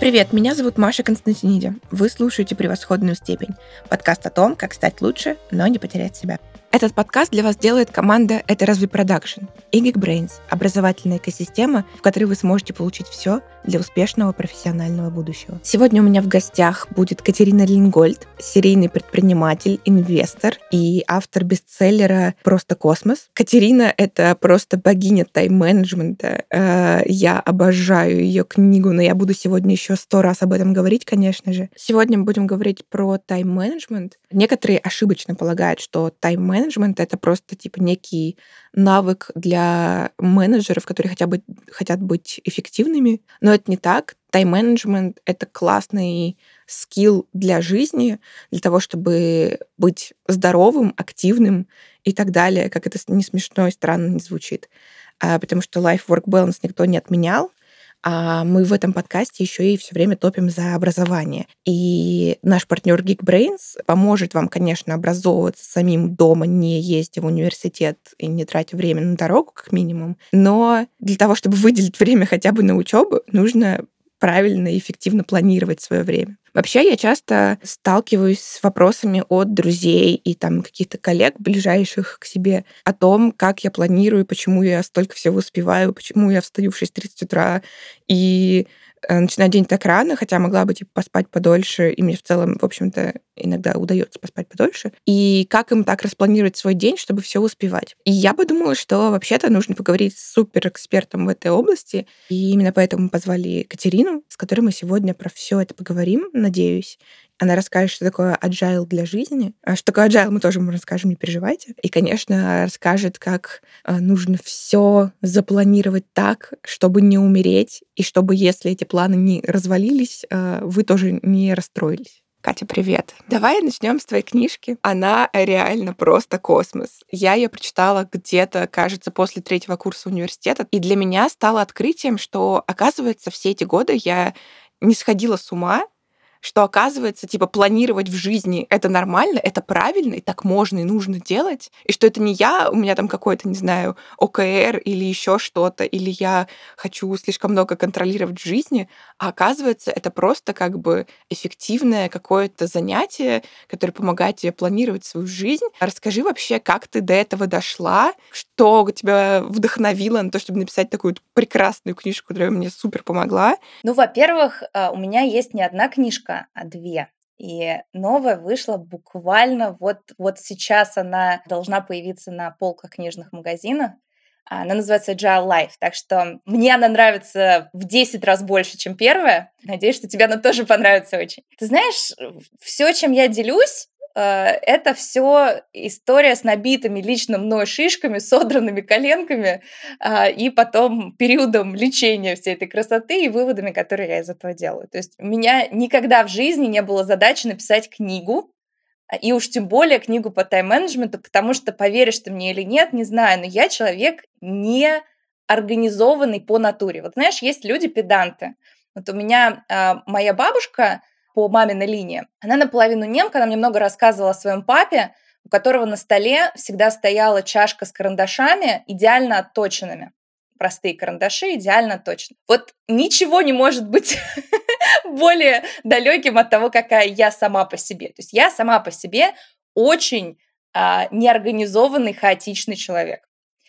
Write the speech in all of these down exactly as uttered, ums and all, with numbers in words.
Привет, меня зовут Маша Константиниди. Вы слушаете «Превосходную степень» — подкаст о том, как стать лучше, но не потерять себя. Этот подкаст для вас делает команда «Это разве продакшн» и Geekbrains — образовательная экосистема, в которой вы сможете получить все для успешного профессионального будущего. Сегодня у меня в гостях будет Катерина Лингольд, серийный предприниматель, инвестор и автор бестселлера «Просто космос». Катерина — это просто богиня тайм-менеджмента. Я обожаю ее книгу, но я буду сегодня еще сто раз об этом говорить, конечно же. Сегодня мы будем говорить про тайм-менеджмент. Некоторые ошибочно полагают, что тайм-менеджмент Менеджмент — это просто типа некий навык для менеджеров, которые хотя бы хотят быть эффективными, но это не так. Тайм-менеджмент — это классный скилл для жизни, для того, чтобы быть здоровым, активным и так далее, как это не смешно и странно не звучит. Потому что life-work balance никто не отменял, а мы в этом подкасте еще и все время топим за образование. И наш партнер Geekbrains поможет вам, конечно, образовываться самим дома, не ездя в университет и не тратя время на дорогу, как минимум. Но для того, чтобы выделить время хотя бы на учебу, нужно правильно и эффективно планировать свое время. Вообще, я часто сталкиваюсь с вопросами от друзей и там каких-то коллег, ближайших к себе, о том, как я планирую, почему я столько всего успеваю, почему я встаю в шесть тридцать утра и начинаю день так рано, хотя могла бы типа поспать подольше, и мне в целом, в общем-то, иногда удается поспать подольше. И как им так распланировать свой день, чтобы все успевать. И я бы думала, что вообще-то нужно поговорить с суперэкспертом в этой области. И именно поэтому мы позвали Катерину, с которой мы сегодня про все это поговорим, надеюсь. Она расскажет, что такое agile для жизни. А что такое agile, мы тоже вам расскажем, не переживайте. И, конечно, расскажет, как нужно все запланировать так, чтобы не умереть, и чтобы, если эти планы не развалились, вы тоже не расстроились. Катя, привет. Давай начнем с твоей книжки. Она реально просто космос. Я ее прочитала где-то, кажется, после третьего курса университета, и для меня стало открытием, что, оказывается, все эти годы я не сходила с ума, что, оказывается, типа, планировать в жизни — это нормально, это правильно, и так можно и нужно делать, и что это не я, у меня там какой-то, не знаю, о ка эр или еще что-то, или я хочу слишком много контролировать в жизни, а оказывается, это просто как бы эффективное какое-то занятие, которое помогает тебе планировать свою жизнь. Расскажи вообще, как ты до этого дошла, что тебя вдохновило на то, чтобы написать такую прекрасную книжку, которая мне супер помогла. Ну, во-первых, у меня есть не одна книжка, а две. И новая вышла буквально вот, вот сейчас она должна появиться на полках книжных магазинов. Она называется Agile Life, так что мне она нравится в десять раз больше, чем первая. Надеюсь, что тебе она тоже понравится очень. Ты знаешь, все, чем я делюсь, это все история с набитыми лично мной шишками, содранными коленками и потом периодом лечения всей этой красоты и выводами, которые я из этого делаю. То есть у меня никогда в жизни не было задачи написать книгу, и уж тем более книгу по тайм-менеджменту, потому что, поверишь ты мне или нет, не знаю, но я человек не организованный по натуре. Вот знаешь, есть люди-педанты. Вот у меня э, моя бабушка по маминой линии, она наполовину немка, она мне много рассказывала о своем папе, у которого на столе всегда стояла чашка с карандашами, идеально отточенными. Простые карандаши, идеально отточены. Вот ничего не может быть более далеким от того, какая я сама по себе. То есть я сама по себе очень а, неорганизованный, хаотичный человек.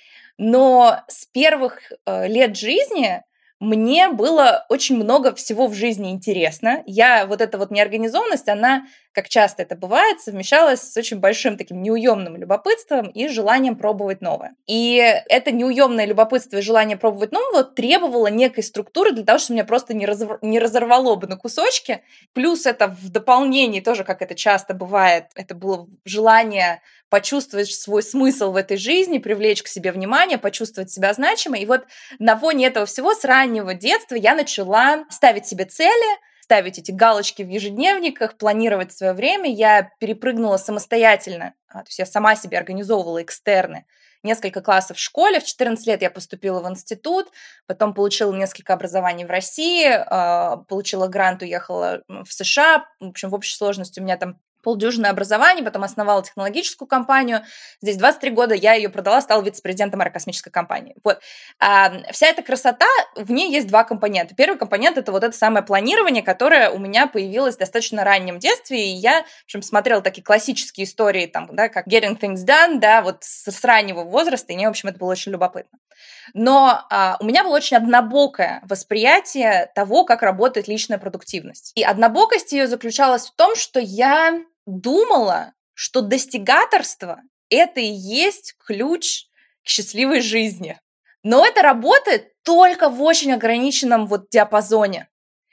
Но с первых э, лет жизни мне было очень много всего в жизни интересно. Я, вот эта вот неорганизованность, она, как часто это бывает, совмещалась с очень большим таким неуемным любопытством и желанием пробовать новое. И это неуемное любопытство и желание пробовать новое требовало некой структуры для того, чтобы меня просто не, разор- не разорвало бы на кусочки. Плюс это в дополнении тоже, как это часто бывает, это было желание почувствовать свой смысл в этой жизни, привлечь к себе внимание, почувствовать себя значимой. И вот на фоне этого всего с раннего детства я начала ставить себе цели, ставить эти галочки в ежедневниках, планировать свое время. Я перепрыгнула самостоятельно, то есть я сама себе организовывала экстерны. Несколько классов в школе. В четырнадцать лет я поступила в институт, потом получила несколько образований в России, получила грант, уехала в США. В общем, в общей сложности у меня там полдюжины образований, потом основала технологическую компанию. Здесь двадцать три года я ее продала, стала вице-президентом аэрокосмической компании. Вот. А вся эта красота, в ней есть два компонента. Первый компонент – это вот это самое планирование, которое у меня появилось в достаточно раннем детстве, и я, в общем, смотрела такие классические истории, там, да, как Getting Things Done, да, вот с, с раннего возраста, и мне, в общем, это было очень любопытно. Но а, у меня было очень однобокое восприятие того, как работает личная продуктивность. И однобокость ее заключалась в том, что я думала, что достигаторство – это и есть ключ к счастливой жизни. Но это работает только в очень ограниченном вот диапазоне.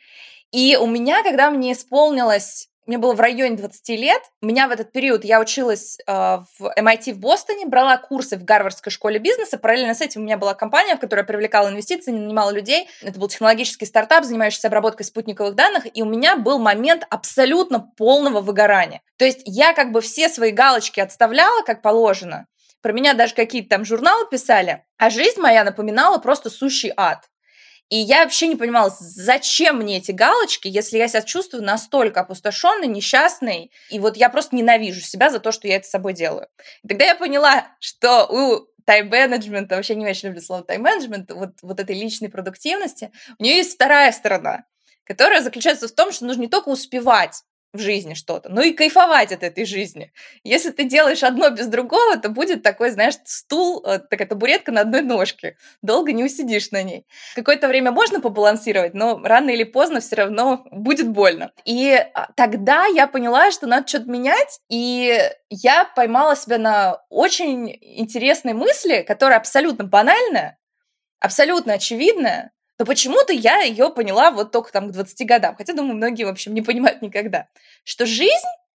И у меня, когда мне исполнилось, мне было в районе двадцати лет, у меня в этот период, я училась э, в эм ай ти в Бостоне, брала курсы в Гарвардской школе бизнеса, параллельно с этим у меня была компания, которая привлекала инвестиции, нанимала людей. Это был технологический стартап, занимающийся обработкой спутниковых данных, и у меня был момент абсолютно полного выгорания. То есть я как бы все свои галочки отставляла, как положено, про меня даже какие-то там журналы писали, а жизнь моя напоминала просто сущий ад. И я вообще не понимала, зачем мне эти галочки, если я себя чувствую настолько опустошенной, несчастной, и вот я просто ненавижу себя за то, что я это с собой делаю. И тогда я поняла, что у тайм-менеджмента, вообще не очень люблю слово тайм-менеджмент, вот, вот этой личной продуктивности, у нее есть вторая сторона, которая заключается в том, что нужно не только успевать в жизни что-то, но и кайфовать от этой жизни. Если ты делаешь одно без другого, то будет такой, знаешь, стул, такая табуретка на одной ножке. Долго не усидишь на ней. Какое-то время можно побалансировать, но рано или поздно все равно будет больно. И тогда я поняла, что надо что-то менять, и я поймала себя на очень интересной мысли, которая абсолютно банальная, абсолютно очевидная, но почему-то я ее поняла вот только там к двадцати годам. Хотя, думаю, многие, в общем, не понимают никогда. Что жизнь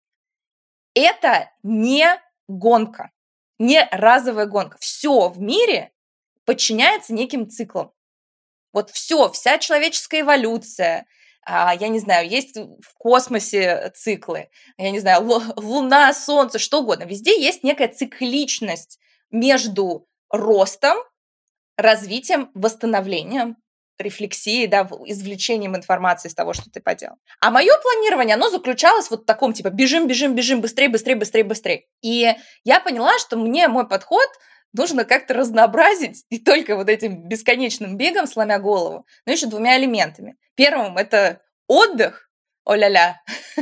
– это не гонка, не разовая гонка. Все в мире подчиняется неким циклам. Вот все, вся человеческая эволюция, я не знаю, есть в космосе циклы, я не знаю, Луна, Солнце, что угодно. Везде есть некая цикличность между ростом, развитием, восстановлением, рефлексией, да, извлечением информации из того, что ты поделал. А мое планирование, оно заключалось вот в таком, типа, бежим, бежим, бежим, быстрее, быстрее, быстрее, быстрее. И я поняла, что мне мой подход нужно как-то разнообразить не только вот этим бесконечным бегом, сломя голову, но еще двумя элементами. Первым – это отдых, о-ля-ля.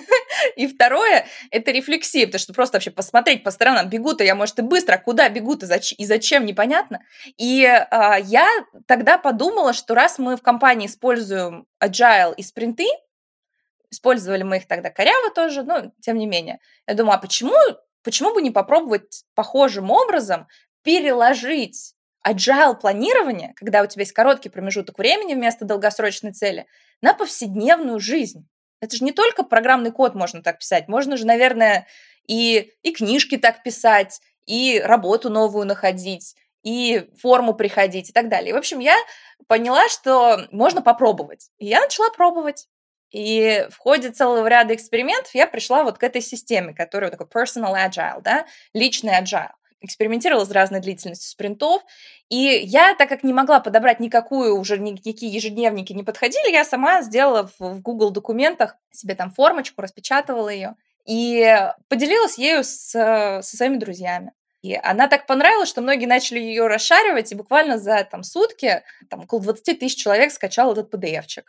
И второе – это рефлексия, потому что просто вообще посмотреть по сторонам, бегу-то я, может, и быстро, а куда бегу-то и зачем, непонятно. И а, я тогда подумала, что раз мы в компании используем agile и спринты, использовали мы их тогда коряво тоже, но тем не менее, я думаю, а почему, почему бы не попробовать похожим образом переложить agile планирование, когда у тебя есть короткий промежуток времени вместо долгосрочной цели, на повседневную жизнь. Это же не только программный код можно так писать, можно же, наверное, и, и книжки так писать, и работу новую находить, и форму приходить и так далее. И, в общем, я поняла, что можно попробовать. И я начала пробовать. И в ходе целого ряда экспериментов я пришла вот к этой системе, которая такой personal agile, да, личный agile. Экспериментировала с разной длительностью спринтов, и я, так как не могла подобрать никакую, уже никакие ежедневники не подходили, я сама сделала в, в Google документах себе там формочку, распечатывала ее и поделилась ею с, со своими друзьями. И она так понравилась, что многие начали ее расшаривать, и буквально за там, сутки там, около двадцать тысяч человек скачал этот пи ди эфчик.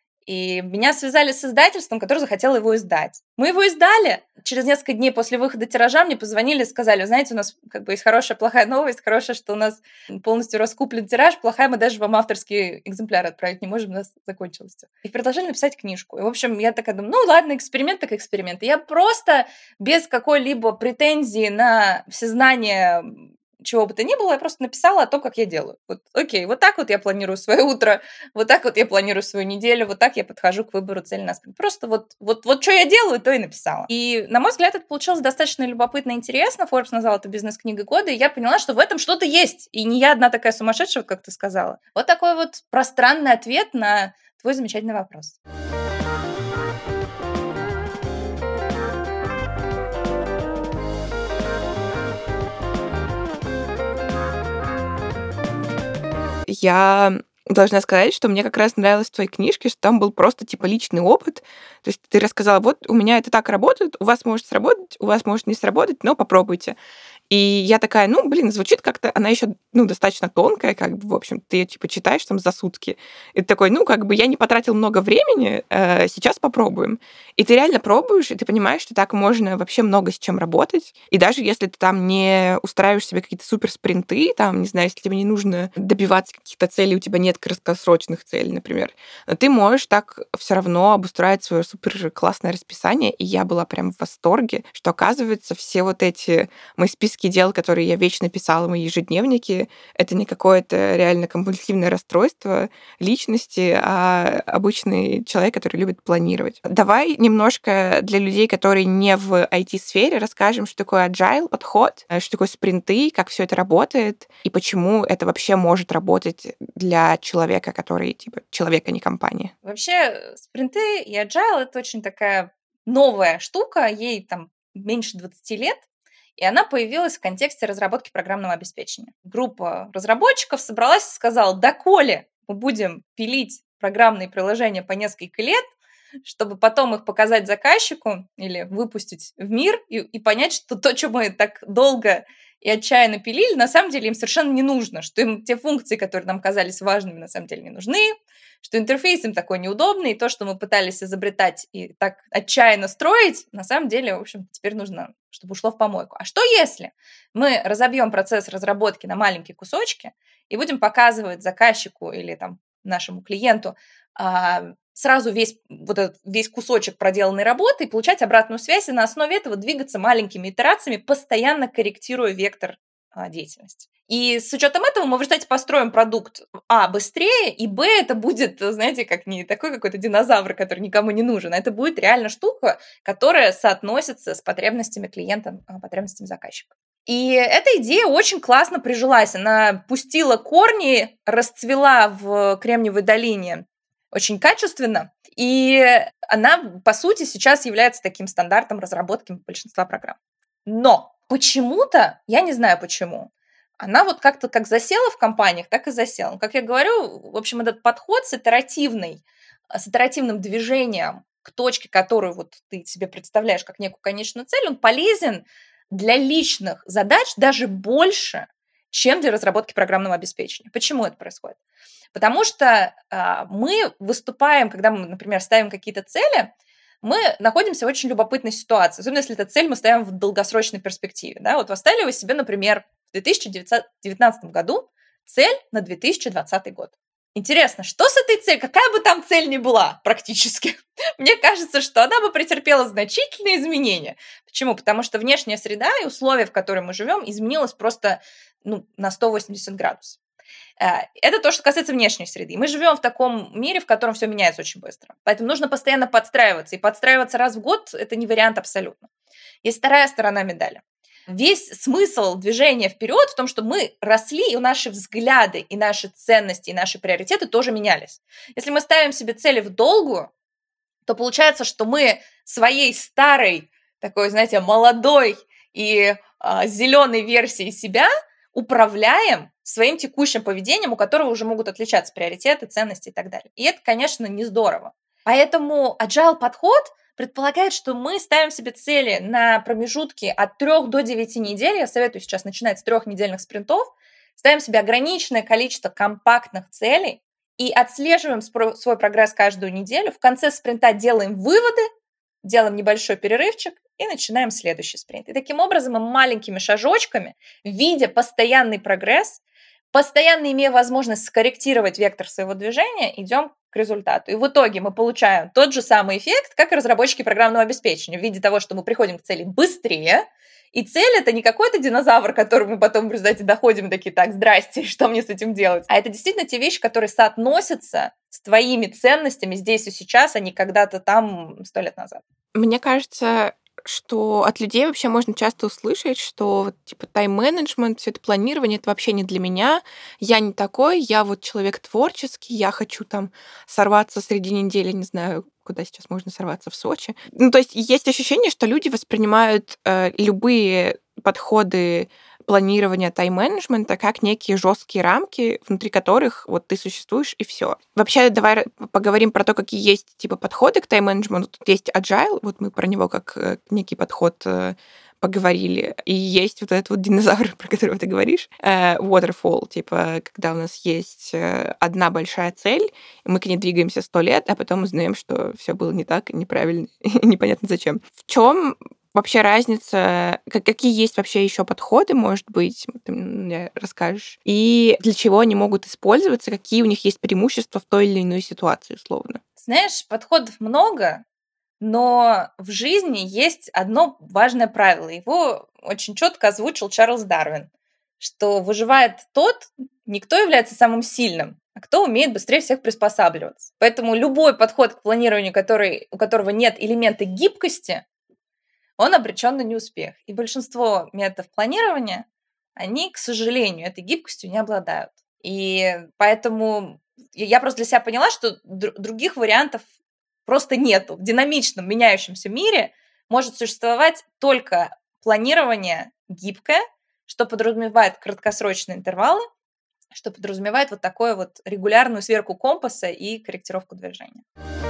И меня связали с издательством, которое захотело его издать. Мы его издали. Через несколько дней после выхода тиража мне позвонили и сказали, знаете, у нас как бы есть хорошая, плохая новость. Хорошая, что у нас полностью раскуплен тираж. Плохая, мы даже вам авторский экземпляр отправить не можем, у нас закончилось все. И предложили написать книжку. И, в общем, я такая думаю, ну ладно, эксперимент так эксперимент. И я просто без какой-либо претензии на всезнание чего бы то ни было, я просто написала о том, как я делаю. Вот, окей, вот так вот я планирую свое утро, вот так вот я планирую свою неделю, вот так я подхожу к выбору цели на спринт. Просто вот, вот, вот что я делаю, то и написала. И, на мой взгляд, это получилось достаточно любопытно и интересно. Forbes назвал это бизнес-книгой года, и я поняла, что в этом что-то есть. И не я одна такая сумасшедшая, как ты сказала. Вот такой вот пространный ответ на твой замечательный вопрос. Я Должна сказать, что мне как раз нравилось в твоей книжке, что там был просто типа личный опыт. То есть ты рассказала, вот у меня это так работает, у вас может сработать, у вас может не сработать, но попробуйте. И я такая, ну, блин, звучит как-то, она еще, ну, достаточно тонкая, как бы, в общем, ты ее, типа, читаешь там за сутки. И ты такой, ну, как бы я не потратил много времени, э, сейчас попробуем. И ты реально пробуешь, и ты понимаешь, что так можно вообще много с чем работать. И даже если ты там не устраиваешь себе какие-то супер спринты, там, не знаю, если тебе не нужно добиваться каких-то целей, у тебя нет краткосрочных целей, например, но ты можешь так все равно обустраивать свое супер классное расписание. И я была прям в восторге, что, оказывается, все вот эти мои списки дел, которые я вечно писала, мои ежедневники, это не какое-то реально компульсивное расстройство личности, а обычный человек, который любит планировать. Давай немножко для людей, которые не в ай ти-сфере, расскажем, что такое agile подход, что такое спринты, как все это работает, и почему это вообще может работать для человека, который, типа, человек, а не компания. Вообще, спринты и agile — это очень такая новая штука, ей там меньше двадцати лет, и она появилась в контексте разработки программного обеспечения. Группа разработчиков собралась и сказала, доколе мы будем пилить программные приложения по несколько лет, чтобы потом их показать заказчику или выпустить в мир и, и понять, что то, что мы так долго и отчаянно пилили, на самом деле им совершенно не нужно, что им те функции, которые нам казались важными, на самом деле не нужны, что интерфейс им такой неудобный, и то, что мы пытались изобретать и так отчаянно строить, на самом деле, в общем, теперь нужно, чтобы ушло в помойку. А что если мы разобьем процесс разработки на маленькие кусочки и будем показывать заказчику или там нашему клиенту а, сразу весь вот этот весь кусочек проделанной работы и получать обратную связь, и на основе этого двигаться маленькими итерациями, постоянно корректируя вектор а, деятельности. И с учетом этого мы в результате построим продукт а быстрее, и б это будет, знаете, как не такой какой-то динозавр, который никому не нужен, а это будет реально штука, которая соотносится с потребностями клиента, потребностями заказчика. И эта идея очень классно прижилась. Она пустила корни, расцвела в Кремниевой долине очень качественно, и она, по сути, сейчас является таким стандартом разработки большинства программ. Но почему-то, я не знаю почему, она вот как-то как засела в компаниях, так и засела. Как я говорю, в общем, этот подход с итеративной, с итеративным движением к точке, которую вот ты себе представляешь как некую конечную цель, он полезен для личных задач даже больше, чем для разработки программного обеспечения. Почему это происходит? Потому что а, мы выступаем, когда мы, например, ставим какие-то цели, мы находимся в очень любопытной ситуации, особенно если эта цель мы ставим в долгосрочной перспективе. Да? Вот поставили вы себе, например, в две тысячи девятнадцатом году цель на две тысячи двадцатый год. Интересно, что с этой целью? Какая бы там цель ни была практически? Мне кажется, что она бы претерпела значительные изменения. Почему? Потому что внешняя среда и условия, в которых мы живем, изменилось просто ну, на сто восемьдесят градусов. Это то, что касается внешней среды. Мы живем в таком мире, в котором все меняется очень быстро. Поэтому нужно постоянно подстраиваться. И подстраиваться раз в год – это не вариант абсолютно. Есть вторая сторона медали. Весь смысл движения вперед в том, что мы росли, и наши взгляды, и наши ценности, и наши приоритеты тоже менялись. Если мы ставим себе цели в долгую, то получается, что мы своей старой, такой, знаете, молодой и а, зеленой версией себя управляем своим текущим поведением, у которого уже могут отличаться приоритеты, ценности и так далее. И это, конечно, не здорово. Поэтому agile подход предполагает, что мы ставим себе цели на промежутки от трёх до девяти недель. Я советую сейчас начинать с трехнедельных спринтов. Ставим себе ограниченное количество компактных целей и отслеживаем свой прогресс каждую неделю. В конце спринта делаем выводы, делаем небольшой перерывчик и начинаем следующий спринт. И таким образом мы маленькими шажочками, видя постоянный прогресс, постоянно имея возможность скорректировать вектор своего движения, идем к результату. И в итоге мы получаем тот же самый эффект, как и разработчики программного обеспечения, в виде того, что мы приходим к цели быстрее, и цель — это не какой-то динозавр, к которому мы потом в результате доходим и такие, так, здрасте, что мне с этим делать? А это действительно те вещи, которые соотносятся с твоими ценностями здесь и сейчас, а не когда-то там сто лет назад. Мне кажется, что от людей вообще можно часто услышать, что вот, типа тайм-менеджмент, все это планирование, это вообще не для меня. Я не такой, я вот человек творческий, я хочу там сорваться среди недели, не знаю, куда сейчас можно сорваться, в Сочи. Ну, то есть есть ощущение, что люди воспринимают э, любые подходы планирования тайм-менеджмента как некие жесткие рамки, внутри которых вот ты существуешь, и все. Вообще, давай поговорим про то, какие есть типа подходы к тайм-менеджменту. Тут есть agile, вот мы про него как э, некий подход э, поговорили. И есть вот этот вот динозавр, про которого ты говоришь, э, waterfall, типа, когда у нас есть э, одна большая цель, и мы к ней двигаемся сто лет, а потом узнаем, что все было не так, неправильно, и непонятно зачем. В чем вообще разница, как, какие есть вообще еще подходы, может быть, ты мне расскажешь, и для чего они могут использоваться, какие у них есть преимущества в той или иной ситуации, условно? Знаешь, подходов много, но в жизни есть одно важное правило. Его очень четко озвучил Чарльз Дарвин, что выживает тот, не кто является самым сильным, а кто умеет быстрее всех приспосабливаться. Поэтому любой подход к планированию, который, у которого нет элемента гибкости, он обречен на неуспех. И большинство методов планирования, они, к сожалению, этой гибкостью не обладают. И поэтому я просто для себя поняла, что др- других вариантов просто нету. В динамичном, меняющемся мире может существовать только планирование гибкое, что подразумевает краткосрочные интервалы, что подразумевает вот такую вот регулярную сверку компаса и корректировку движения.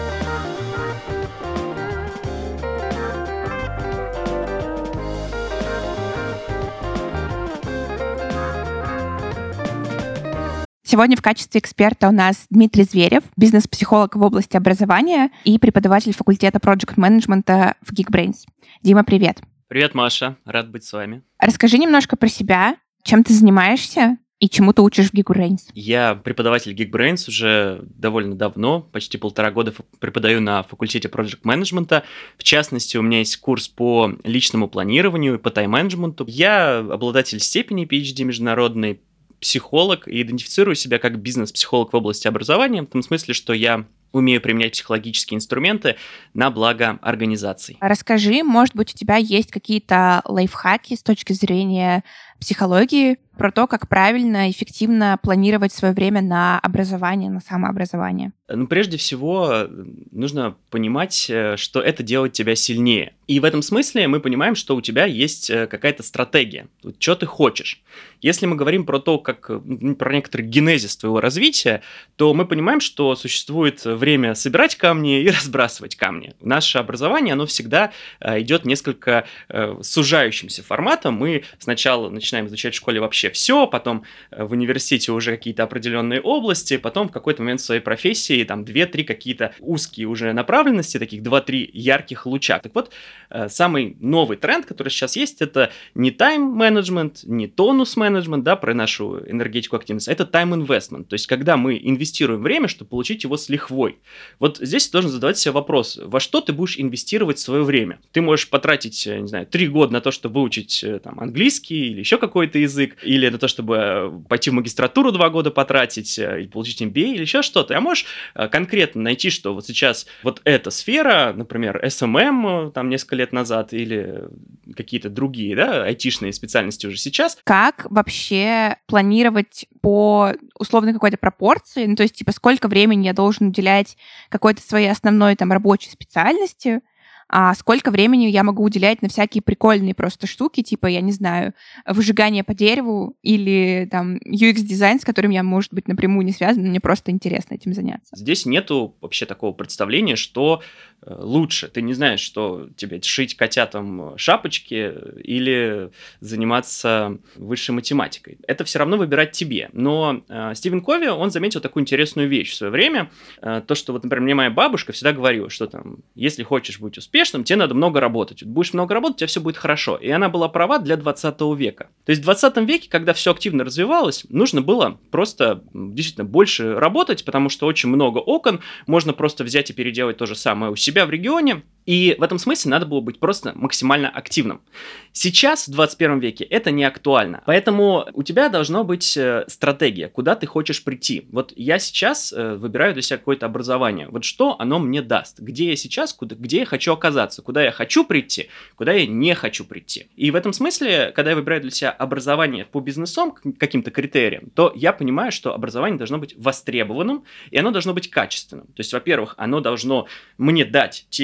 Сегодня в качестве эксперта у нас Дмитрий Зверев, бизнес-психолог в области образования и преподаватель факультета проект-менеджмента в Geekbrains. Дима, привет. Привет, Маша. Рад быть с вами. Расскажи немножко про себя, чем ты занимаешься и чему ты учишь в Geekbrains. Я преподаватель Geekbrains уже довольно давно, почти полтора года преподаю на факультете проект-менеджмента. В частности, у меня есть курс по личному планированию и по тайм-менеджменту. Я обладатель степени пи эйч ди международной, психолог и идентифицирую себя как бизнес-психолог в области образования, в том смысле, что я умею применять психологические инструменты на благо организаций. Расскажи, может быть, у тебя есть какие-то лайфхаки с точки зрения психологии про то, как правильно, эффективно планировать свое время на образование, на самообразование? Ну, прежде всего, нужно понимать, что это делает тебя сильнее. И в этом смысле мы понимаем, что у тебя есть какая-то стратегия, что ты хочешь. Если мы говорим про то, как про некоторый генезис твоего развития, то мы понимаем, что существует время собирать камни и разбрасывать камни. Наше образование, оно всегда идет несколько сужающимся форматом. Мы сначала начинаем изучать в школе вообще все, потом в университете уже какие-то определенные области, потом в какой-то момент в своей профессии там две-три какие-то узкие уже направленности, таких два-три ярких луча. Так вот, самый новый тренд, который сейчас есть, это не тайм-менеджмент, не тонус-менеджмент, да, про нашу энергетику активность, а это тайм-инвестмент, то есть когда мы инвестируем время, чтобы получить его с лихвой. Вот здесь ты должен задавать себе вопрос, во что ты будешь инвестировать свое время? Ты можешь потратить, не знаю, три года на то, чтобы выучить там английский или еще какой-то язык, или на то, чтобы пойти в магистратуру два года потратить, и получить эм би эй, или еще что-то. А можешь конкретно найти, что вот сейчас вот эта сфера, например, эс эм эм там несколько лет назад, или какие-то другие, да, айтишные специальности уже сейчас. Как вообще планировать по условной какой-то пропорции? Ну, то есть, типа, сколько времени я должен уделять какой-то своей основной там рабочей специальности, а сколько времени я могу уделять на всякие прикольные просто штуки, типа, я не знаю, выжигание по дереву или там ю экс-дизайн, с которым я, может быть, напрямую не связан, но мне просто интересно этим заняться. Здесь нету вообще такого представления, что лучше. Ты не знаешь, что тебе шить котятам шапочки или заниматься высшей математикой. Это все равно выбирать тебе. Но э, Стивен Кови, он заметил такую интересную вещь в свое время. Э, то, что, вот, например, мне моя бабушка всегда говорила, что там, если хочешь быть успешным, тебе надо много работать. Будешь много работать, у тебя все будет хорошо. И она была права для двадцатого века. То есть в двадцатом веке, когда все активно развивалось, нужно было просто действительно больше работать, потому что очень много окон, можно просто взять и переделать то же самое у себя в регионе, и в этом смысле надо было быть просто максимально активным. Сейчас, в двадцать первом веке, это не актуально. Поэтому у тебя должна быть стратегия, куда ты хочешь прийти. Вот я сейчас выбираю для себя какое-то образование. Вот что оно мне даст? Где я сейчас, куда, где я хочу оказаться? Куда я хочу прийти? Куда я не хочу прийти? И в этом смысле, когда я выбираю для себя образование по бизнесам, каким-то критериям, то я понимаю, что образование должно быть востребованным, и оно должно быть качественным. То есть, во-первых, оно должно мне дать те знания,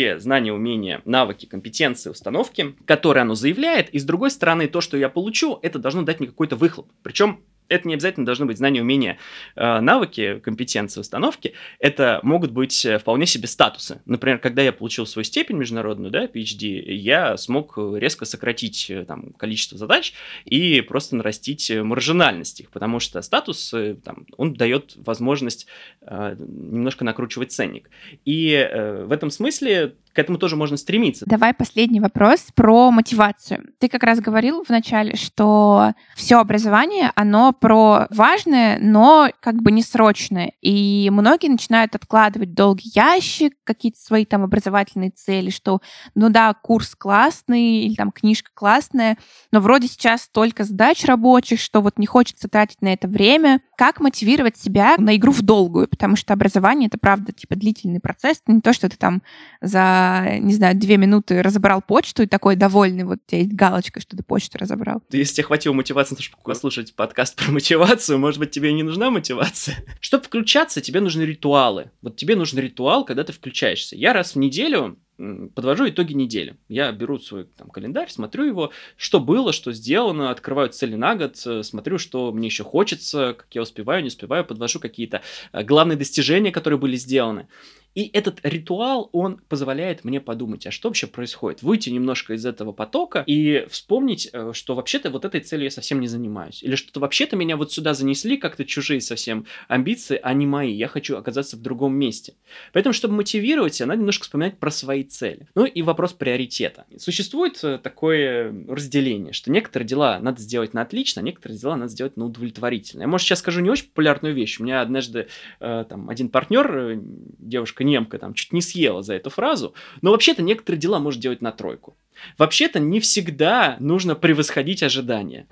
знания, умения, навыки, компетенции, установки, которые оно заявляет, и с другой стороны, то, что я получу, это должно дать мне какой-то выхлоп. Причем это не обязательно должны быть знания, умения, э, навыки, компетенции, установки. Это могут быть вполне себе статусы. Например, когда я получил свою степень международную, да, пи эйч ди, я смог резко сократить там, количество задач и просто нарастить маржинальность их, потому что статус, там, он дает возможность э, немножко накручивать ценник. И э, в этом смысле к этому тоже можно стремиться. Давай последний вопрос про мотивацию. Ты как раз говорил вначале, что все образование, оно про важное, но как бы не срочное. И многие начинают откладывать долгий ящик, какие-то свои там образовательные цели, что, ну да, курс классный или там книжка классная, но вроде сейчас столько задач рабочих, что вот не хочется тратить на это время. Как мотивировать себя на игру в долгую? Потому что образование — это, правда, типа длительный процесс, не то, что ты там за не знаю, две минуты разобрал почту и такой довольный, вот у тебя есть галочка, что ты почту разобрал. Если тебе хватило мотивации, чтобы послушать подкаст про мотивацию, может быть, тебе и не нужна мотивация. Чтобы включаться, тебе нужны ритуалы. Вот тебе нужен ритуал, когда ты включаешься. Я раз в неделю подвожу итоги недели. Я беру свой там, календарь, смотрю его, что было, что сделано, открываю цели на год, смотрю, что мне еще хочется, как я успеваю, не успеваю, подвожу какие-то главные достижения, которые были сделаны. И этот ритуал, он позволяет мне подумать, а что вообще происходит? Выйти немножко из этого потока и вспомнить, что вообще-то вот этой целью я совсем не занимаюсь. Или что-то вообще-то меня вот сюда занесли, как-то чужие совсем амбиции, а не мои. Я хочу оказаться в другом месте. Поэтому, чтобы мотивировать, надо немножко вспоминать про свои цели. Ну и вопрос приоритета. Существует такое разделение, что некоторые дела надо сделать на отлично, а некоторые дела надо сделать на удовлетворительно. Я, может, сейчас скажу не очень популярную вещь. У меня однажды э, там, один партнер, девушка немка, там, чуть не съела за эту фразу, но вообще-то некоторые дела можно делать на тройку. Вообще-то не всегда нужно превосходить ожидания.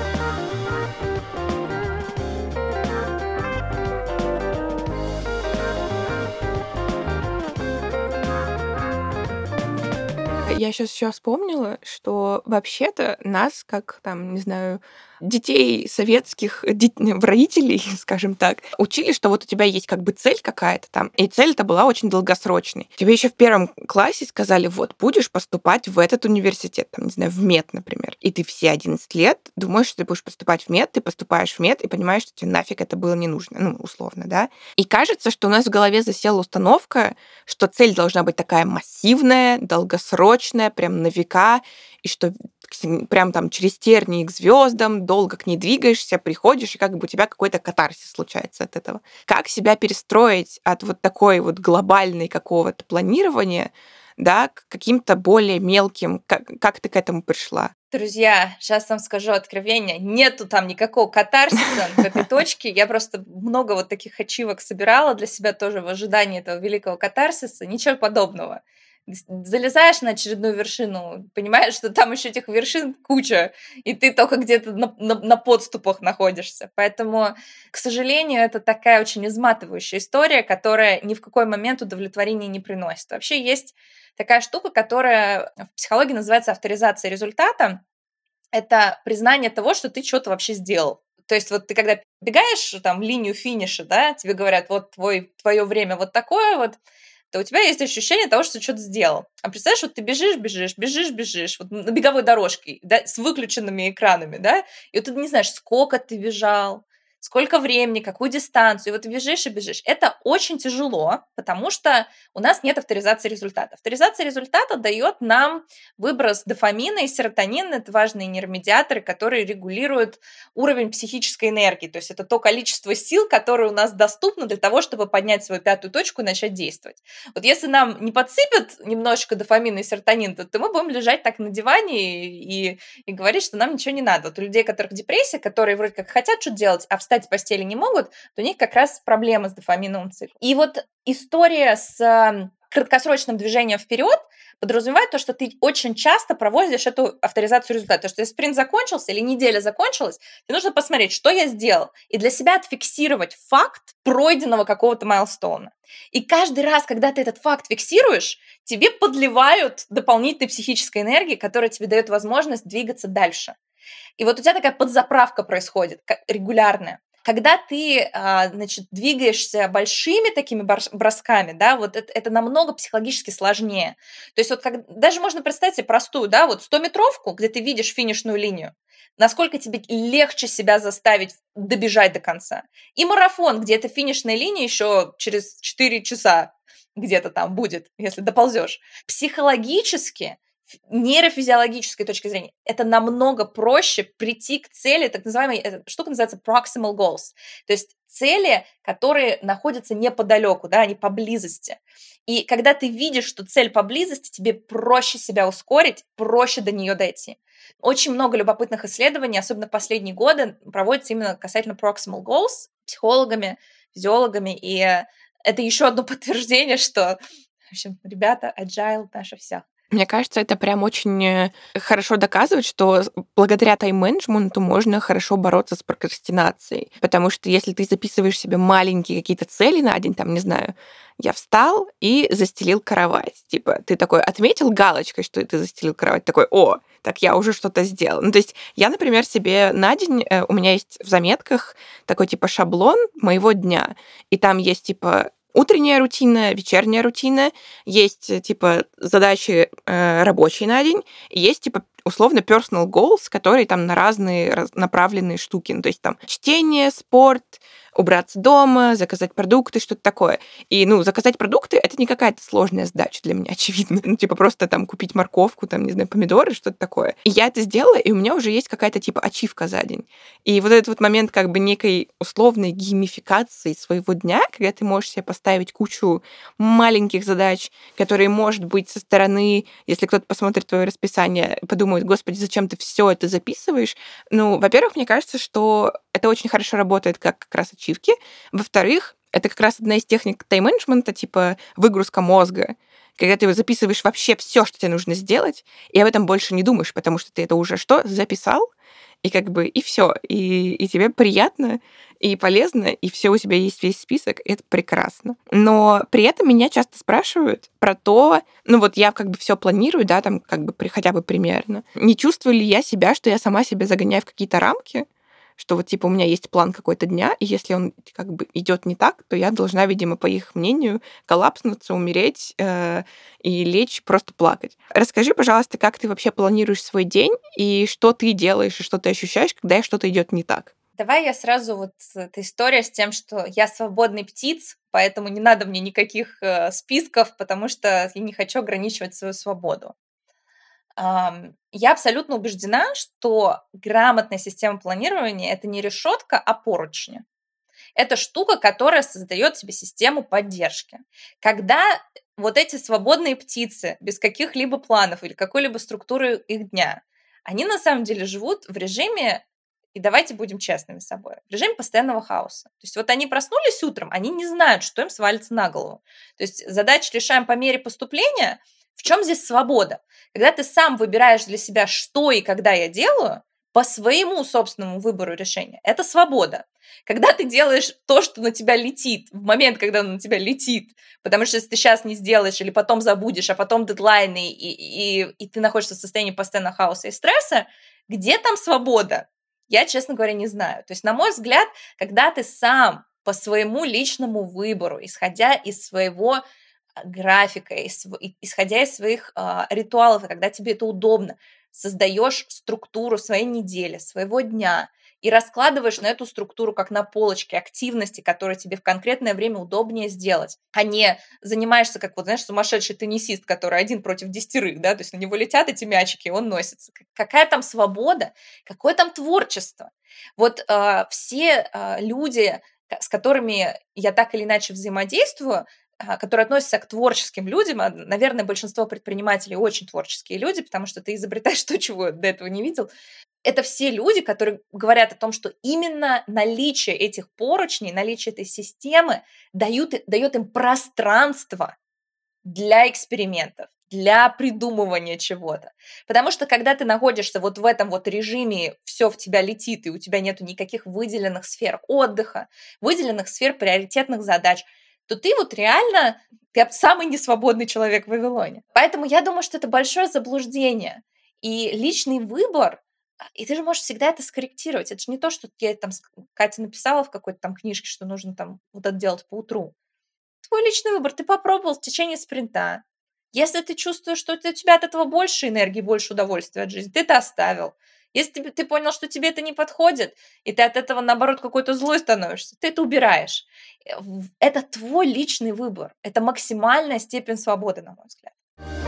Я сейчас еще вспомнила, что вообще-то нас, как там, не знаю, детей советских родителей, скажем так, учили, что вот у тебя есть как бы цель какая-то там, и цель-то была очень долгосрочной. Тебе еще в первом классе сказали, вот, будешь поступать в этот университет, там, не знаю, в мед, например. И ты все одиннадцать лет думаешь, что ты будешь поступать в мед, ты поступаешь в мед и понимаешь, что тебе нафиг это было не нужно, ну, условно, да. И кажется, что у нас в голове засела установка, что цель должна быть такая массивная, долгосрочная, прям на века, и что прям там через тернии к звездам долго к ней двигаешься, приходишь, и как бы у тебя какой-то катарсис случается от этого. Как себя перестроить от вот такой вот глобальной какого-то планирования, да, к каким-то более мелким, как, как ты к этому пришла? Друзья, сейчас вам скажу откровение, нету там никакого катарсиса в этой точке. Я просто много вот таких ачивок собирала для себя тоже в ожидании этого великого катарсиса. Ничего подобного. Залезаешь на очередную вершину, понимаешь, что там еще этих вершин куча, и ты только где-то на, на, на подступах находишься. Поэтому, к сожалению, это такая очень изматывающая история, которая ни в какой момент удовлетворения не приносит. Вообще есть такая штука, которая в психологии называется авторизация результата. Это признание того, что ты что-то вообще сделал. То есть вот ты когда бегаешь там линию финиша, да, тебе говорят, вот твой, твое время вот такое вот, то у тебя есть ощущение того, что ты что-то сделал. А представляешь, вот ты бежишь, бежишь, бежишь, бежишь, вот на беговой дорожке, да, с выключенными экранами, да, и вот ты не знаешь, сколько ты бежал, сколько времени, какую дистанцию, и вот ты бежишь и бежишь. Это очень тяжело, потому что у нас нет авторизации результата. Авторизация результата дает нам выброс дофамина и серотонина, это важные нейромедиаторы, которые регулируют уровень психической энергии, то есть это то количество сил, которое у нас доступно для того, чтобы поднять свою пятую точку и начать действовать. Вот если нам не подсыпят немножечко дофамина и серотонин, то, то мы будем лежать так на диване и, и, и говорить, что нам ничего не надо. Вот у людей, у которых депрессия, которые вроде как хотят что-то делать, а встать в постели не могут, то у них как раз проблемы с дофаминовым циклом. И вот история с краткосрочным движением вперед подразумевает то, что ты очень часто проводишь эту авторизацию результата. То, что если спринт закончился или неделя закончилась, тебе нужно посмотреть, что я сделал, и для себя отфиксировать факт пройденного какого-то майлстоуна. И каждый раз, когда ты этот факт фиксируешь, тебе подливают дополнительной психической энергии, которая тебе дает возможность двигаться дальше. И вот у тебя такая подзаправка происходит регулярная. Когда ты, а, значит, двигаешься большими такими барс- бросками, да, вот это, это намного психологически сложнее. То есть вот как, даже можно представить себе простую, да, вот сто-метровку, где ты видишь финишную линию, насколько тебе легче себя заставить добежать до конца. И марафон, где эта финишная линия еще через четыре часа где-то там будет, если доползешь. Психологически, ф- нейрофизиологической точки зрения, это намного проще прийти к цели, так называемой, эта штука называется proximal goals, то есть цели, которые находятся неподалеку, да, они поблизости. И когда ты видишь, что цель поблизости, тебе проще себя ускорить, проще до нее дойти. Очень много любопытных исследований, особенно в последние годы, проводится именно касательно proximal goals психологами, физиологами, и это еще одно подтверждение, что, в общем, ребята, agile наше все. Мне кажется, это прям очень э, хорошо доказывает, что с- благодаря тайм-менеджменту можно хорошо бороться с прокрастинацией. Потому что если ты записываешь себе маленькие какие-то цели на день, там, не знаю, я встал и застелил кровать. Типа, ты такой отметил галочкой, что ты застелил кровать, такой, о, так я уже что-то сделал. Ну, то есть я, например, себе на день, э, у меня есть в заметках такой, типа, шаблон моего дня. И там есть, типа, утренняя рутина, вечерняя рутина, есть, э, типа, задачи э, рабочие на день, и есть, типа, условно personal goals, которые там на разные раз- направленные штуки. Ну, то есть там чтение, спорт, убраться дома, заказать продукты, что-то такое. И, ну, заказать продукты — это не какая-то сложная задача для меня, очевидно. Ну, типа, просто там купить морковку, там, не знаю, помидоры, что-то такое. И я это сделала, и у меня уже есть какая-то, типа, ачивка за день. И вот этот вот момент как бы некой условной геймификации своего дня, когда ты можешь себе поставить кучу маленьких задач, которые, может быть, со стороны, если кто-то посмотрит твое расписание, подумает, господи, зачем ты все это записываешь? Ну, во-первых, мне кажется, что это очень хорошо работает как как раз ачивки. Во-вторых, это как раз одна из техник тайм-менеджмента, типа выгрузка мозга, когда ты записываешь вообще все, что тебе нужно сделать, и об этом больше не думаешь, потому что ты это уже что, записал, и как бы и все, и, и тебе приятно, и полезно, и все у тебя есть весь список, и это прекрасно. Но при этом меня часто спрашивают про то, ну вот я как бы все планирую, да, там как бы при, хотя бы примерно. Не чувствую ли я себя, что я сама себя загоняю в какие-то рамки, что вот типа у меня есть план какой-то дня, и если он как бы идет не так, то я должна, видимо, по их мнению, коллапснуться, умереть э, и лечь просто плакать. Расскажи, пожалуйста, как ты вообще планируешь свой день и что ты делаешь и что ты ощущаешь, когда что-то идет не так? Давай я сразу вот с- эта история с тем, что я свободный птиц, поэтому не надо мне никаких э, списков, потому что я не хочу ограничивать свою свободу. Ам, Я абсолютно убеждена, что грамотная система планирования — это не решетка, а поручни. Это штука, которая создает себе систему поддержки. Когда вот эти свободные птицы без каких-либо планов или какой-либо структуры их дня, они на самом деле живут в режиме, и давайте будем честными с собой, в режиме постоянного хаоса. То есть вот они проснулись утром, они не знают, что им свалится на голову. То есть задачи решаем по мере поступления. В чем здесь свобода? Когда ты сам выбираешь для себя, что и когда я делаю, по своему собственному выбору решения, это свобода. Когда ты делаешь то, что на тебя летит, в момент, когда оно на тебя летит, потому что если ты сейчас не сделаешь или потом забудешь, а потом дедлайны, и, и, и ты находишься в состоянии постоянного хаоса и стресса, где там свобода? Я, честно говоря, не знаю. То есть, на мой взгляд, когда ты сам по своему личному выбору, исходя из своего а, графика, из, исходя из своих а, ритуалов, и когда тебе это удобно, создаешь структуру своей недели, своего дня, и раскладываешь на эту структуру как на полочке активности, которые тебе в конкретное время удобнее сделать, а не занимаешься как, вот знаешь, сумасшедший теннисист, который один против десятерых, да, то есть на него летят эти мячики, и он носится. Какая там свобода, какое там творчество? Вот э, все э, люди, с которыми я так или иначе взаимодействую, а, которые относятся к творческим людям, а, наверное, большинство предпринимателей очень творческие люди, потому что ты изобретаешь то, чего до этого не видел. Это все люди, которые говорят о том, что именно наличие этих поручней, наличие этой системы дают, дает им пространство для экспериментов, для придумывания чего-то. Потому что когда ты находишься вот в этом вот режиме, все в тебя летит, и у тебя нету никаких выделенных сфер отдыха, выделенных сфер приоритетных задач, то ты вот реально, ты самый несвободный человек в Вавилоне. Поэтому я думаю, что это большое заблуждение. И личный выбор И ты же можешь всегда это скорректировать. Это же не то, что я там Катя написала в какой-то там книжке, что нужно там вот это делать по утру. Твой личный выбор. Ты попробовал в течение спринта. Если ты чувствуешь, что у тебя от этого больше энергии, больше удовольствия от жизни, ты это оставил. Если ты, ты понял, что тебе это не подходит, и ты от этого, наоборот, какой-то злой становишься, ты это убираешь. Это твой личный выбор. Это максимальная степень свободы, на мой взгляд.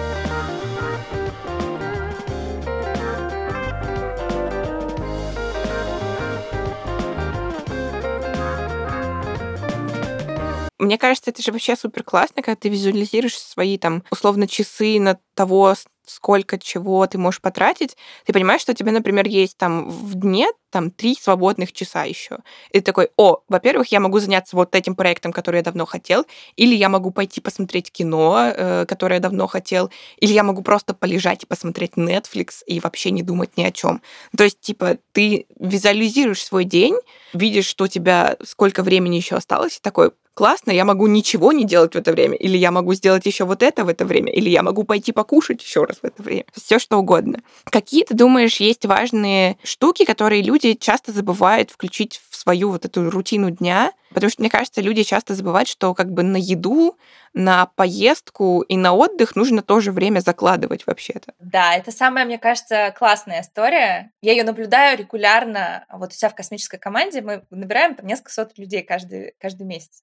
Мне кажется, это же вообще супер классно, когда ты визуализируешь свои там условно часы на того, сколько чего ты можешь потратить. Ты понимаешь, что у тебя, например, есть там в дне там три свободных часа еще. И ты такой: о, во-первых, я могу заняться вот этим проектом, который я давно хотел, или я могу пойти посмотреть кино, э, которое я давно хотел, или я могу просто полежать и посмотреть Netflix и вообще не думать ни о чем. То есть, типа, ты визуализируешь свой день, видишь, что у тебя сколько времени еще осталось, и такой: классно, я могу ничего не делать в это время, или я могу сделать еще вот это в это время, или я могу пойти покушать еще раз в это время. Все что угодно. Какие, ты думаешь, есть важные штуки, которые люди часто забывают включить в свою вот эту рутину дня? Потому что, мне кажется, люди часто забывают, что как бы на еду, на поездку и на отдых нужно тоже время закладывать вообще-то. Да, это самая, мне кажется, классная история. Я ее наблюдаю регулярно. Вот у себя в космической команде мы набираем там несколько сот людей каждый, каждый месяц.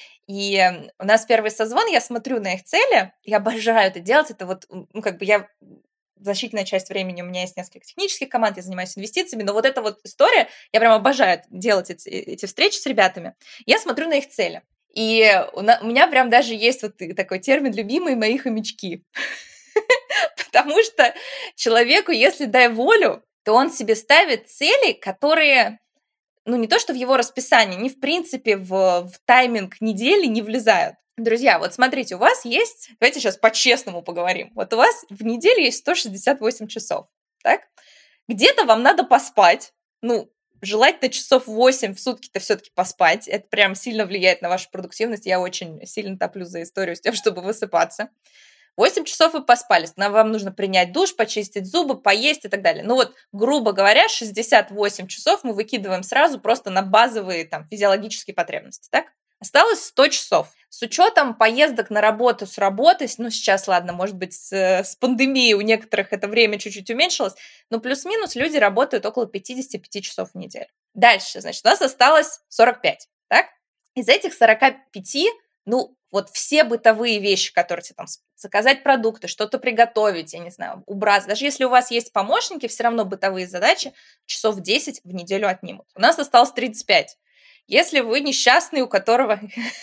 И у нас первый созвон, я смотрю на их цели, я обожаю это делать. Это вот, ну, как бы я... Значительная часть времени у меня есть несколько технических команд, я занимаюсь инвестициями, но вот эта вот история, я прям обожаю делать эти, эти встречи с ребятами. Я смотрю на их цели. И у, на, у меня прям даже есть вот такой термин «любимые мои хомячки». Потому что человеку, если дай волю, то он себе ставит цели, которые... ну, не то, что в его расписании, не в принципе в, в тайминг недели не влезают. Друзья, вот смотрите, у вас есть, давайте сейчас по-честному поговорим, вот у вас в неделю есть сто шестьдесят восемь часов, так? Где-то вам надо поспать, ну, желательно часов восемь в сутки-то все-таки поспать, это прям сильно влияет на вашу продуктивность, я очень сильно топлю за историю с тем, чтобы высыпаться. восемь часов вы поспали, вам нужно принять душ, почистить зубы, поесть и так далее. Ну вот, грубо говоря, шестьдесят восемь часов мы выкидываем сразу просто на базовые там физиологические потребности, так? Осталось сто часов. С учетом поездок на работу с работы, ну сейчас, ладно, может быть, с, с пандемией у некоторых это время чуть-чуть уменьшилось, но плюс-минус люди работают около пятьдесят пять часов в неделю. Дальше, значит, у нас осталось сорок пять, так? Из этих сорока пяти, ну, вот все бытовые вещи, которые тебе там заказать продукты, что-то приготовить, я не знаю, убраться. Даже если у вас есть помощники, все равно бытовые задачи часов десять в неделю отнимут. У нас осталось тридцать пять. Если вы несчастный, у которого,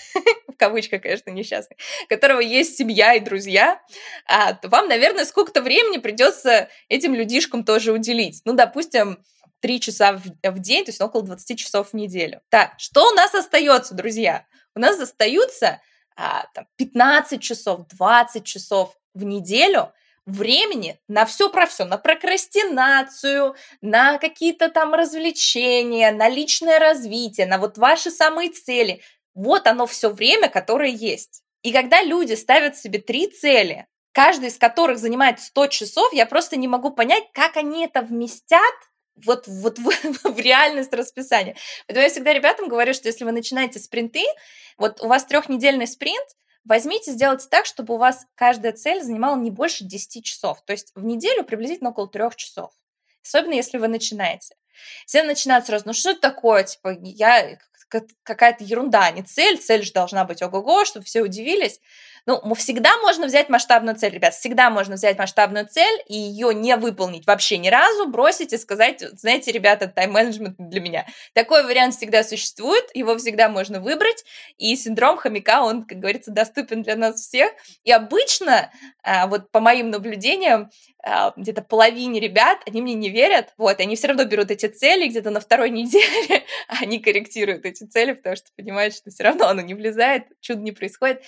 в кавычках, конечно, несчастный, у которого есть семья и друзья, то вам, наверное, сколько-то времени придется этим людишкам тоже уделить. Ну, допустим, три часа в день, то есть около двадцать часов в неделю. Так, что у нас остается, друзья? У нас остаются а, там, пятнадцать часов, двадцать часов в неделю времени на все про все, на прокрастинацию, на какие-то там развлечения, на личное развитие, на вот ваши самые цели. Вот оно все время, которое есть. И когда люди ставят себе три цели, каждый из которых занимает сто часов, я просто не могу понять, как они это вместят вот, вот в, в реальность расписания. Поэтому я всегда ребятам говорю, что если вы начинаете спринты, вот у вас трехнедельный спринт, возьмите, сделайте так, чтобы у вас каждая цель занимала не больше десяти часов. То есть в неделю приблизительно около трех часов. Особенно если вы начинаете. Все начинают сразу: ну что это такое? Типа, я какая-то ерунда, не цель. Цель же должна быть ого-го, чтобы все удивились. Ну, всегда можно взять масштабную цель, ребят, всегда можно взять масштабную цель и ее не выполнить вообще ни разу, бросить и сказать: знаете, ребята, тайм-менеджмент для меня. Такой вариант всегда существует, его всегда можно выбрать, и синдром хомяка, он, как говорится, доступен для нас всех. И обычно, вот по моим наблюдениям, где-то половине ребят, они мне не верят, вот, и они все равно берут эти цели, где-то на второй неделе они корректируют эти цели, потому что понимают, что все равно оно не влезает, чудо не происходит.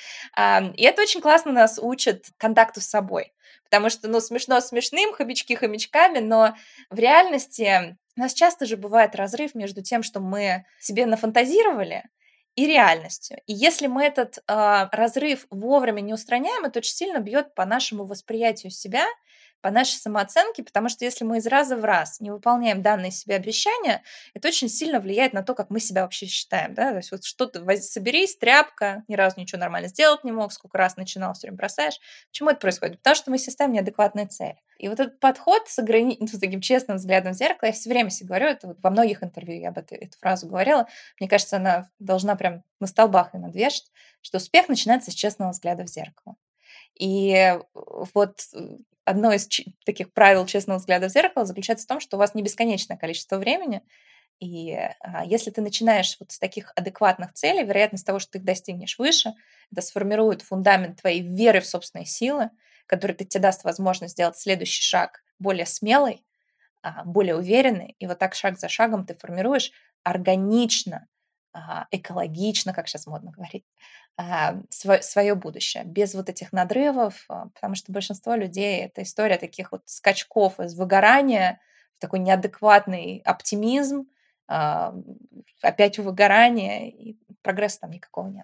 И это очень классно нас учит контакту с собой, потому что, ну, смешно смешным, хомячки хомячками, но в реальности у нас часто же бывает разрыв между тем, что мы себе нафантазировали, и реальностью. И если мы этот э, разрыв вовремя не устраняем, это очень сильно бьет по нашему восприятию себя, по нашей самооценке, потому что если мы из раза в раз не выполняем данные себе обещания, это очень сильно влияет на то, как мы себя вообще считаем. Да? То есть вот что-то воз- соберись, тряпка, ни разу ничего нормально сделать не мог, сколько раз начинал, все время бросаешь. Почему это происходит? Потому что мы себе ставим неадекватные цели. И вот этот подход с, ограни... ну, с таким честным взглядом в зеркало, я все время себе говорю, это вот во многих интервью я об этой, эту фразу говорила, мне кажется, она должна прям на столбах и надвешать, что успех начинается с честного взгляда в зеркало. И вот одно из ч- таких правил честного взгляда в зеркало заключается в том, что у вас не бесконечное количество времени, и а, если ты начинаешь вот с таких адекватных целей, вероятность того, что ты их достигнешь выше, это сформирует фундамент твоей веры в собственные силы, который ты- тебе даст возможность сделать следующий шаг более смелый, а, более уверенный, и вот так шаг за шагом ты формируешь органично, а, экологично, как сейчас модно говорить, свое будущее, без вот этих надрывов, а, потому что большинство людей — это история таких вот скачков из выгорания в такой неадекватный оптимизм, а, опять в выгорание, и прогресса там никакого нет.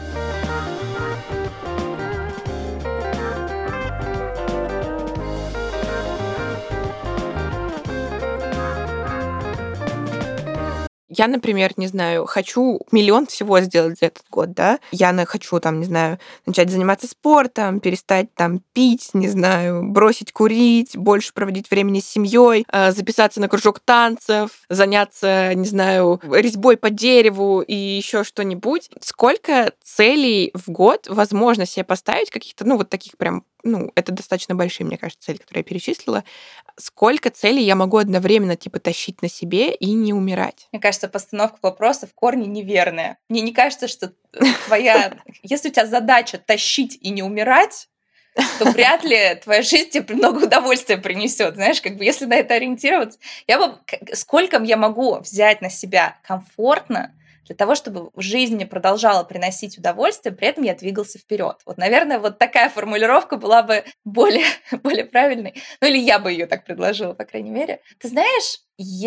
Я, например, не знаю, хочу миллион всего сделать за этот год, да. Я на- хочу, там, не знаю, начать заниматься спортом, перестать там пить, не знаю, бросить курить, больше проводить времени с семьей, э, записаться на кружок танцев, заняться, не знаю, резьбой по дереву и еще что-нибудь. Сколько целей в год возможно себе поставить, каких-то, ну, вот таких прям, ну, это достаточно большие, мне кажется, цели, которые я перечислила. Сколько целей я могу одновременно, типа, тащить на себе и не умирать? Мне кажется, постановка вопроса в корне неверная. Мне не кажется, что твоя... Если у тебя задача тащить и не умирать, то вряд ли твоя жизнь тебе много удовольствия принесет. Знаешь, как бы если на это ориентироваться, я бы... Сколько я могу взять на себя комфортно для того, чтобы жизнь мне продолжала приносить удовольствие, при этом я двигался вперед. Вот, наверное, вот такая формулировка была бы более, более правильной. Ну, или я бы ее так предложила, по крайней мере. Ты знаешь,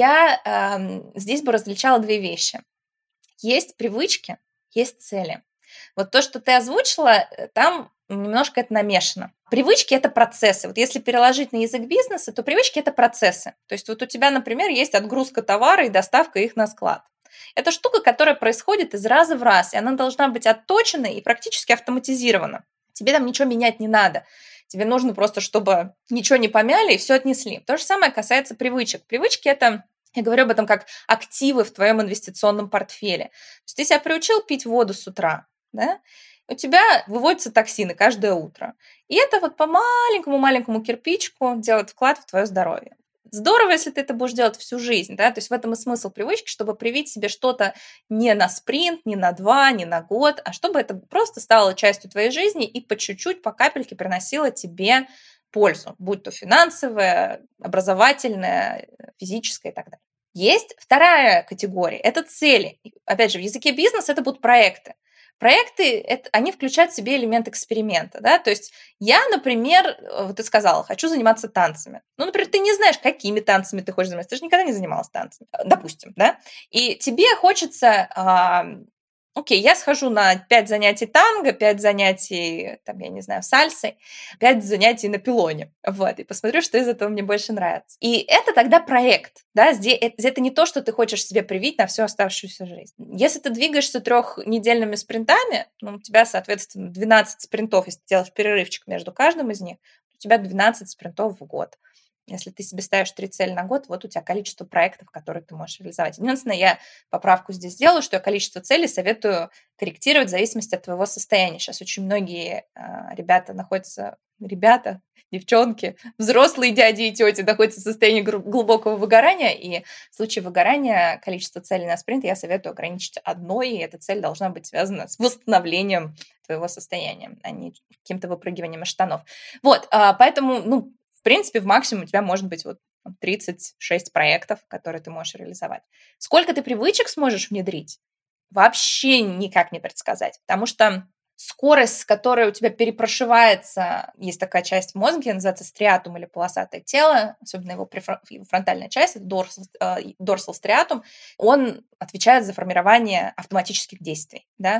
я эм, здесь бы различала две вещи. Есть привычки, есть цели. Вот то, что ты озвучила, там немножко это намешано. Привычки — это процессы. Вот если переложить на язык бизнеса, то привычки — это процессы. То есть вот у тебя, например, есть отгрузка товара и доставка их на склад. Это штука, которая происходит из раза в раз, и она должна быть отточена и практически автоматизирована. Тебе там ничего менять не надо. Тебе нужно просто, чтобы ничего не помяли и все отнесли. То же самое касается привычек. Привычки — это, я говорю об этом как активы в твоем инвестиционном портфеле. То есть ты себя приучил пить воду с утра, да? У тебя выводятся токсины каждое утро. И это вот по маленькому-маленькому кирпичику делает вклад в твое здоровье. Здорово, если ты это будешь делать всю жизнь, да, то есть в этом и смысл привычки, чтобы привить себе что-то не на спринт, не на два, не на год, а чтобы это просто стало частью твоей жизни и по чуть-чуть, по капельке приносило тебе пользу, будь то финансовая, образовательная, физическая и так далее. Есть вторая категория – это цели. Опять же, в языке бизнеса это будут проекты. Проекты, это, они включают в себе элемент эксперимента, да, то есть я, например, вот ты сказала, хочу заниматься танцами. Ну, например, ты не знаешь, какими танцами ты хочешь заниматься, ты же никогда не занималась танцами, допустим, да, и тебе хочется, а, окей, я схожу на пять занятий танго, пять занятий, там, я не знаю, сальсой, пять занятий на пилоне, вот, и посмотрю, что из этого мне больше нравится. И это тогда проект, да, здесь это не то, что ты хочешь себе привить на всю оставшуюся жизнь. Если ты двигаешься трехнедельными спринтами, ну, у тебя, соответственно, двенадцать спринтов, если ты делаешь перерывчик между каждым из них, у тебя двенадцать спринтов в год. Если ты себе ставишь три цели на год, вот у тебя количество проектов, которые ты можешь реализовать. Единственное, я поправку здесь сделаю, что я количество целей советую корректировать в зависимости от твоего состояния. Сейчас очень многие э, ребята находятся, ребята, девчонки, взрослые дяди и тети находятся в состоянии глубокого выгорания, и в случае выгорания количество целей на спринт я советую ограничить одной, и эта цель должна быть связана с восстановлением твоего состояния, а не каким-то выпрыгиванием из штанов. Вот, поэтому, ну, в принципе, в максимум у тебя может быть вот тридцать шесть проектов, которые ты можешь реализовать. Сколько ты привычек сможешь внедрить, вообще никак не предсказать, потому что скорость, с которой у тебя перепрошивается, есть такая часть в мозге, называется стриатум или полосатое тело, особенно его префронтальная часть, это дорсал стриатум, он отвечает за формирование автоматических действий, да?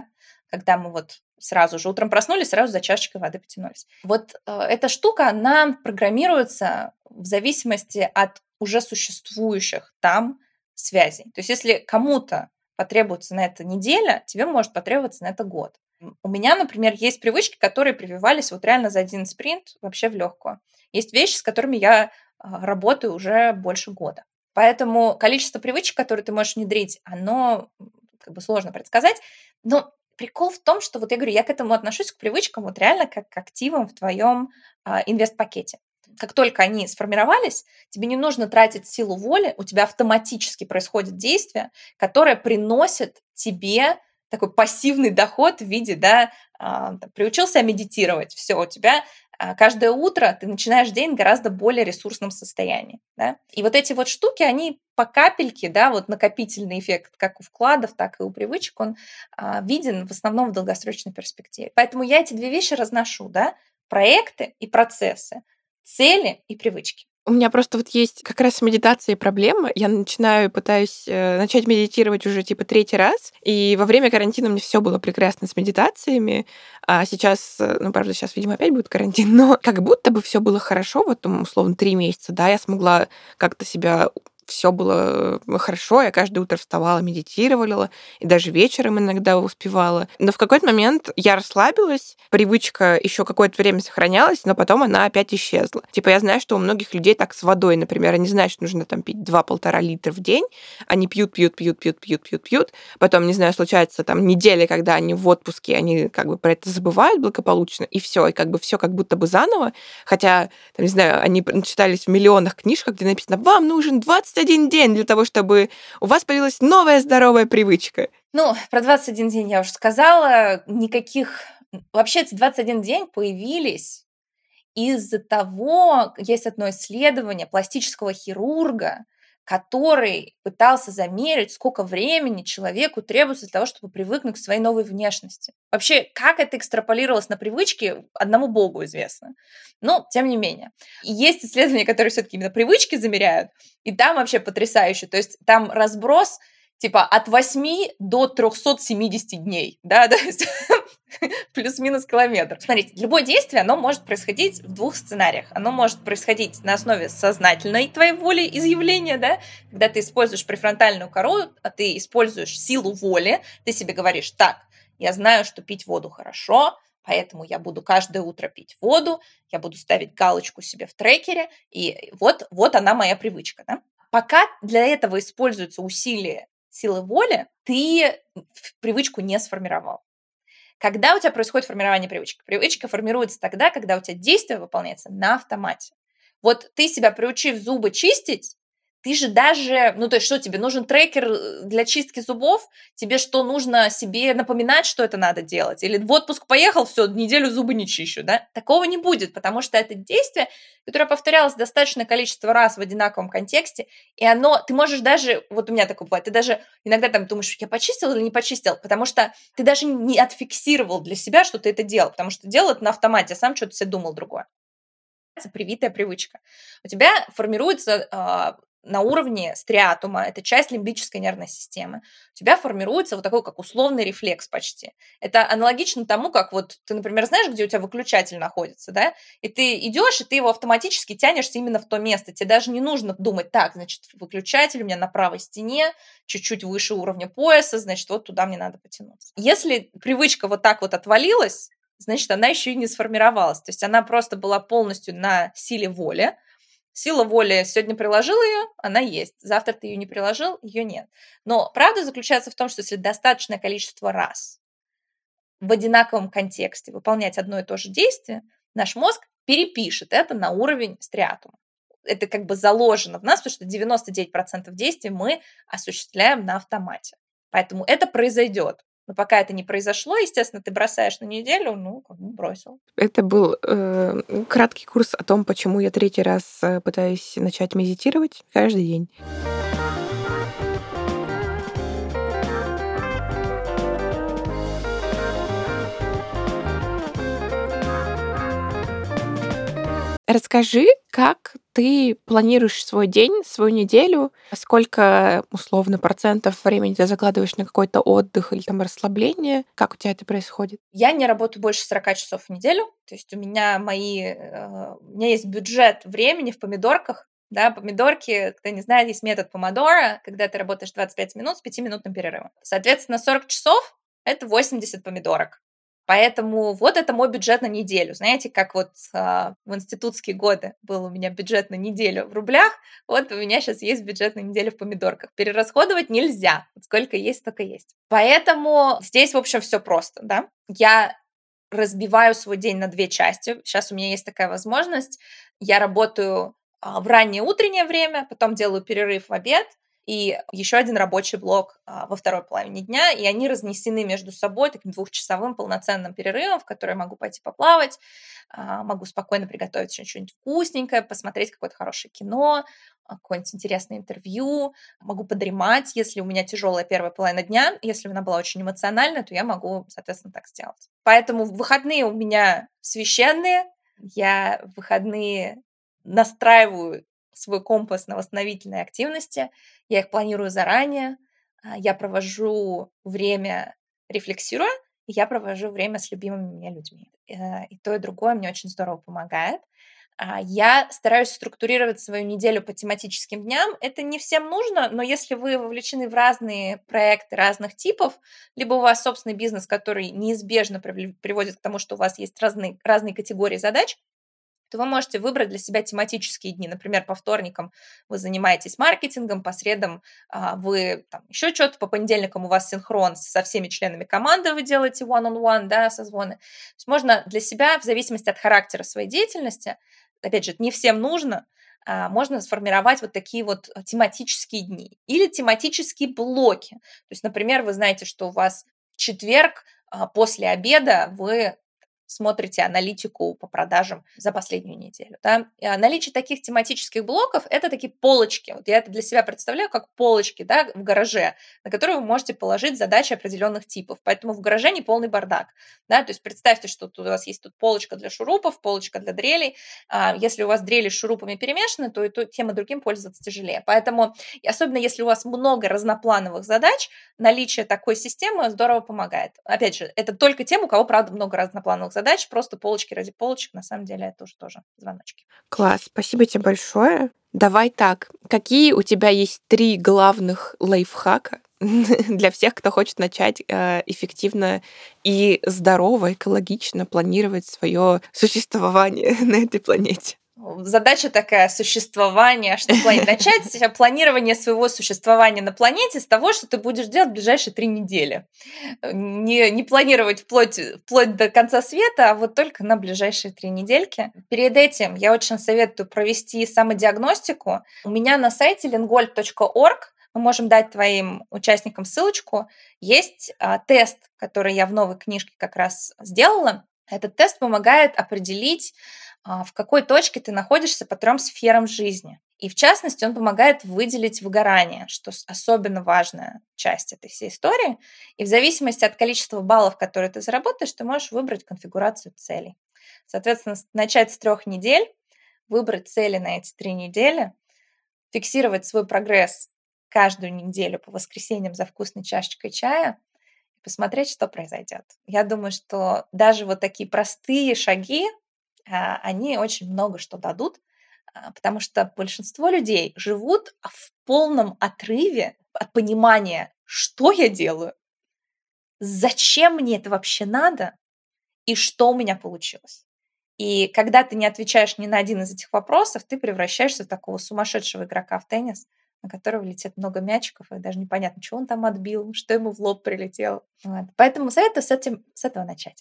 когда мы вот сразу же утром проснулись, сразу за чашечкой воды потянулись. Вот э, эта штука, она программируется в зависимости от уже существующих там связей. То есть если кому-то потребуется на это неделя, тебе может потребоваться на это год. У меня, например, есть привычки, которые прививались вот реально за один спринт вообще в легкую. Есть вещи, с которыми я работаю уже больше года. Поэтому количество привычек, которые ты можешь внедрить, оно как бы сложно предсказать. Но прикол в том, что вот я говорю, я к этому отношусь, к привычкам, вот реально как к активам в твоем а, инвест-пакете. Как только они сформировались, тебе не нужно тратить силу воли, у тебя автоматически происходит действие, которое приносит тебе такой пассивный доход в виде, да, а, там, приучился медитировать, все, у тебя а, каждое утро ты начинаешь день в гораздо более ресурсном состоянии, да. И вот эти вот штуки, они по капельке, да, вот накопительный эффект как у вкладов, так и у привычек, он а, виден в основном в долгосрочной перспективе. Поэтому я эти две вещи разношу, да, проекты и процессы, цели и привычки. У меня просто вот есть как раз с медитацией проблема. Я начинаю, пытаюсь э, начать медитировать уже типа третий раз, и во время карантина мне все было прекрасно с медитациями, а сейчас, ну, правда, сейчас, видимо, опять будет карантин, но как будто бы все было хорошо, вот, там, условно, три месяца, да, я смогла как-то себя все было хорошо, я каждое утро вставала, медитировала, и даже вечером иногда успевала. Но в какой-то момент я расслабилась, привычка еще какое-то время сохранялась, но потом она опять исчезла. Типа я знаю, что у многих людей так с водой, например, они знают, что нужно там пить два-полтора литра в день, они пьют, пьют, пьют, пьют, пьют, пьют, пьют, потом, не знаю, случается там неделя, когда они в отпуске, они как бы про это забывают благополучно, и все, и как бы все как будто бы заново, хотя, там, не знаю, они читались в миллионах книжках, где написано «Вам нужен двадцать один день для того, чтобы у вас появилась новая здоровая привычка». Ну, про двадцать один день я уже сказала. Никаких... Вообще эти двадцать один день появились из-за того, есть одно исследование пластического хирурга, который пытался замерить, сколько времени человеку требуется для того, чтобы привыкнуть к своей новой внешности. Вообще, как это экстраполировалось на привычки, одному Богу известно. Но, тем не менее. И есть исследования, которые все-таки именно привычки замеряют, и там вообще потрясающе. То есть там разброс типа от восьми до трёхсот семидесяти дней, да, то есть плюс-минус километр. Смотрите, любое действие, оно может происходить в двух сценариях. Оно может происходить на основе сознательной твоей воли изъявления, да, когда ты используешь префронтальную кору, а ты используешь силу воли, ты себе говоришь, так, я знаю, что пить воду хорошо, поэтому я буду каждое утро пить воду, я буду ставить галочку себе в трекере, и вот, вот она моя привычка, да. Пока для этого используются усилия силы воли, ты привычку не сформировал. Когда у тебя происходит формирование привычки? Привычка формируется тогда, когда у тебя действие выполняется на автомате. Вот ты себя приучив зубы чистить, ты же даже, ну то есть что, тебе нужен трекер для чистки зубов? Тебе что, нужно себе напоминать, что это надо делать? Или в отпуск поехал, все, неделю зубы не чищу, да? Такого не будет, потому что это действие, которое повторялось достаточное количество раз в одинаковом контексте, и оно, ты можешь даже, вот у меня такое бывает, ты даже иногда там думаешь, я почистил или не почистил, потому что ты даже не отфиксировал для себя, что ты это делал, потому что делал это на автомате, а сам что-то себе думал другое. Это привитая привычка. У тебя формируется на уровне стриатума, это часть лимбической нервной системы, у тебя формируется вот такой, как условный рефлекс почти. Это аналогично тому, как вот ты, например, знаешь, где у тебя выключатель находится, да, и ты идешь, и ты его автоматически тянешься именно в то место. Тебе даже не нужно думать, так, значит, выключатель у меня на правой стене, чуть-чуть выше уровня пояса, значит, вот туда мне надо потянуться. Если привычка вот так вот отвалилась, значит, она еще и не сформировалась. То есть она просто была полностью на силе воли. Сила воли, сегодня приложил ее, она есть. Завтра ты ее не приложил, ее нет. Но правда заключается в том, что если достаточное количество раз в одинаковом контексте выполнять одно и то же действие, наш мозг перепишет это на уровень стриатума. Это как бы заложено в нас, потому что девяносто девять процентов действий мы осуществляем на автомате. Поэтому это произойдет. Но пока это не произошло, естественно, ты бросаешь на неделю, ну, как бы бросил. Это был э, краткий курс о том, почему я третий раз пытаюсь начать медитировать каждый день. Расскажи, Как ты планируешь свой день, свою неделю? Сколько, условно, процентов времени ты закладываешь на какой-то отдых или там расслабление? Как у тебя это происходит? Я не работаю больше сорока часов в неделю. То есть у меня мои, э, у меня есть бюджет времени в помидорках. Да, помидорки, кто не знает, есть метод помодоро, когда ты работаешь двадцать пять минут с пятиминутным перерывом. Соответственно, сорок часов — это восемьдесят помидорок. Поэтому вот это мой бюджет на неделю. Знаете, как вот а, в институтские годы был у меня бюджет на неделю в рублях, вот у меня сейчас есть бюджет на неделю в помидорках. Перерасходовать нельзя. Вот сколько есть, столько есть. Поэтому здесь, в общем, все просто, да. Я разбиваю свой день на две части. Сейчас у меня есть такая возможность. Я работаю а, в раннее утреннее время, потом делаю перерыв в обед, и еще один рабочий блок а, во второй половине дня, и они разнесены между собой таким двухчасовым полноценным перерывом, в который я могу пойти поплавать, а, могу спокойно приготовить что-нибудь вкусненькое, посмотреть какое-то хорошее кино, а, какое-нибудь интересное интервью, могу подремать, если у меня тяжелая первая половина дня, если она была очень эмоциональная, то я могу, соответственно, так сделать. Поэтому выходные у меня священные, я в выходные настраиваю свой компас на восстановительные активности, я их планирую заранее, а, я провожу время рефлексируя, и я провожу время с любимыми мне людьми. Э, И то, и другое мне очень здорово помогает. А, Я стараюсь структурировать свою неделю по тематическим дням. Это не всем нужно, но если вы вовлечены в разные проекты разных типов, либо у вас собственный бизнес, который неизбежно привле- приводит к тому, что у вас есть разные, разные категории задач, то вы можете выбрать для себя тематические дни. Например, по вторникам вы занимаетесь маркетингом, по средам а, вы там, еще что-то, по понедельникам у вас синхрон со всеми членами команды, вы делаете one-on-one, да, созвоны. То есть можно для себя, в зависимости от характера своей деятельности, опять же, это не всем нужно, а, можно сформировать вот такие вот а, тематические дни или тематические блоки. То есть, например, вы знаете, что у вас в четверг а, после обеда вы смотрите аналитику по продажам за последнюю неделю. Да? И наличие таких тематических блоков — это такие полочки. Вот я это для себя представляю как полочки, да, в гараже, на которые вы можете положить задачи определенных типов. Поэтому в гараже не полный бардак. Да? То есть представьте, что тут у вас есть тут полочка для шурупов, полочка для дрелей. А если у вас дрели с шурупами перемешаны, то и то, тем и другим пользоваться тяжелее. Поэтому, и особенно если у вас много разноплановых задач, наличие такой системы здорово помогает. Опять же, это только тем, у кого, правда, много разноплановых задач, просто полочки ради полочек, на самом деле, это уже тоже звоночки. Класс, спасибо тебе большое. Давай так, какие у тебя есть три главных лайфхака для всех, кто хочет начать э, эффективно и здорово, экологично планировать свое существование на этой планете? Задача такая — существование. Что плани- начать планирование своего существования на планете с того, что ты будешь делать в ближайшие три недели. Не, не планировать вплоть, вплоть до конца света, а вот только на ближайшие три недельки. Перед этим я очень советую провести самодиагностику. У меня на сайте lingold точка org, мы можем дать твоим участникам ссылочку, есть а, тест, который я в новой книжке как раз сделала. Этот тест помогает определить, а, в какой точке ты находишься по трем сферам жизни. И в частности, он помогает выделить выгорание, что с- особенно важная часть этой всей истории. И в зависимости от количества баллов, которые ты заработаешь, ты можешь выбрать конфигурацию целей. Соответственно, с- начать с трех недель, выбрать цели на эти три недели, фиксировать свой прогресс каждую неделю по воскресеньям за вкусной чашечкой чая и посмотреть, что произойдет. Я думаю, что даже вот такие простые шаги, а, они очень много что дадут, а, потому что большинство людей живут в полном отрыве от понимания, что я делаю, зачем мне это вообще надо и что у меня получилось. И когда ты не отвечаешь ни на один из этих вопросов, ты превращаешься в такого сумасшедшего игрока в теннис, на которого летит много мячиков, и даже непонятно, что он там отбил, что ему в лоб прилетело. Вот. Поэтому советую с, этим, с этого начать.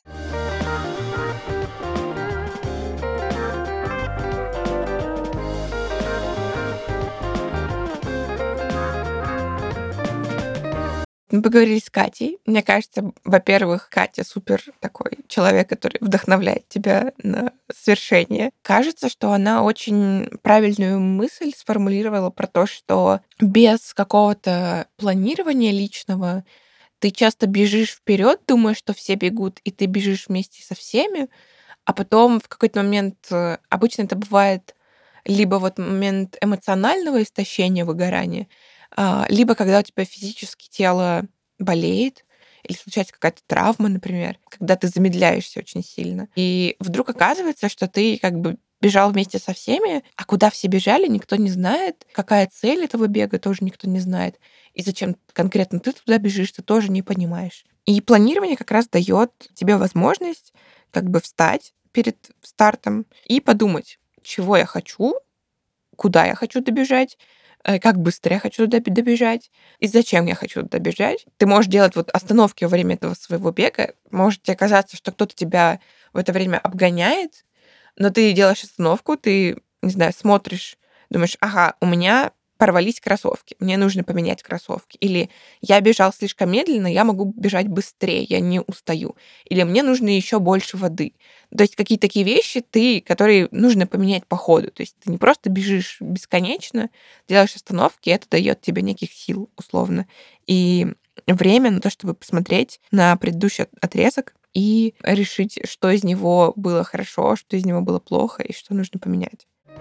Мы поговорили с Катей. Мне кажется, во-первых, Катя супер такой человек, который вдохновляет тебя на свершение. Кажется, что она очень правильную мысль сформулировала про то, что без какого-то планирования личного ты часто бежишь вперед, думаешь, что все бегут, и ты бежишь вместе со всеми, а потом в какой-то момент, э, обычно это бывает либо вот момент эмоционального истощения, выгорания, а, либо когда у тебя физически тело болеет или случается какая-то травма, например, когда ты замедляешься очень сильно. И вдруг оказывается, что ты как бы бежал вместе со всеми, а куда все бежали, никто не знает. Какая цель этого бега, тоже никто не знает. И зачем конкретно ты туда бежишь, ты тоже не понимаешь. И планирование как раз дает тебе возможность как бы встать перед стартом и подумать, чего я хочу, куда я хочу добежать, э, как быстро я хочу туда добежать и зачем я хочу туда бежать. Ты можешь делать вот остановки во время этого своего бега. Может тебе казаться, что кто-то тебя в это время обгоняет, но ты делаешь остановку, ты, не знаю, смотришь, думаешь, ага, у меня порвались кроссовки, мне нужно поменять кроссовки. Или я бежал слишком медленно, я могу бежать быстрее, я не устаю. Или мне нужно еще больше воды. То есть какие-то такие вещи, ты, которые нужно поменять по ходу. То есть ты не просто бежишь бесконечно, делаешь остановки, это дает тебе неких сил, условно. И время на то, чтобы посмотреть на предыдущий отрезок и решить, что из него было хорошо, что из него было плохо и что нужно поменять.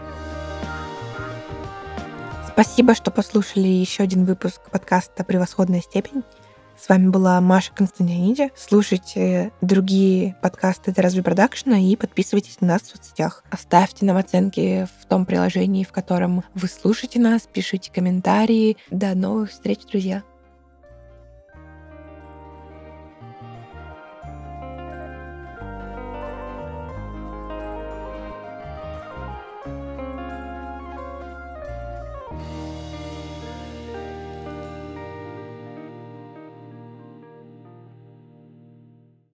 Спасибо, что послушали еще один выпуск подкаста «Превосходная степень». С вами была Маша Константиниди. Слушайте другие подкасты «Это разве продакшна» и подписывайтесь на нас в соцсетях. Оставьте нам оценки в том приложении, в котором вы слушаете нас, пишите комментарии. До новых встреч, друзья!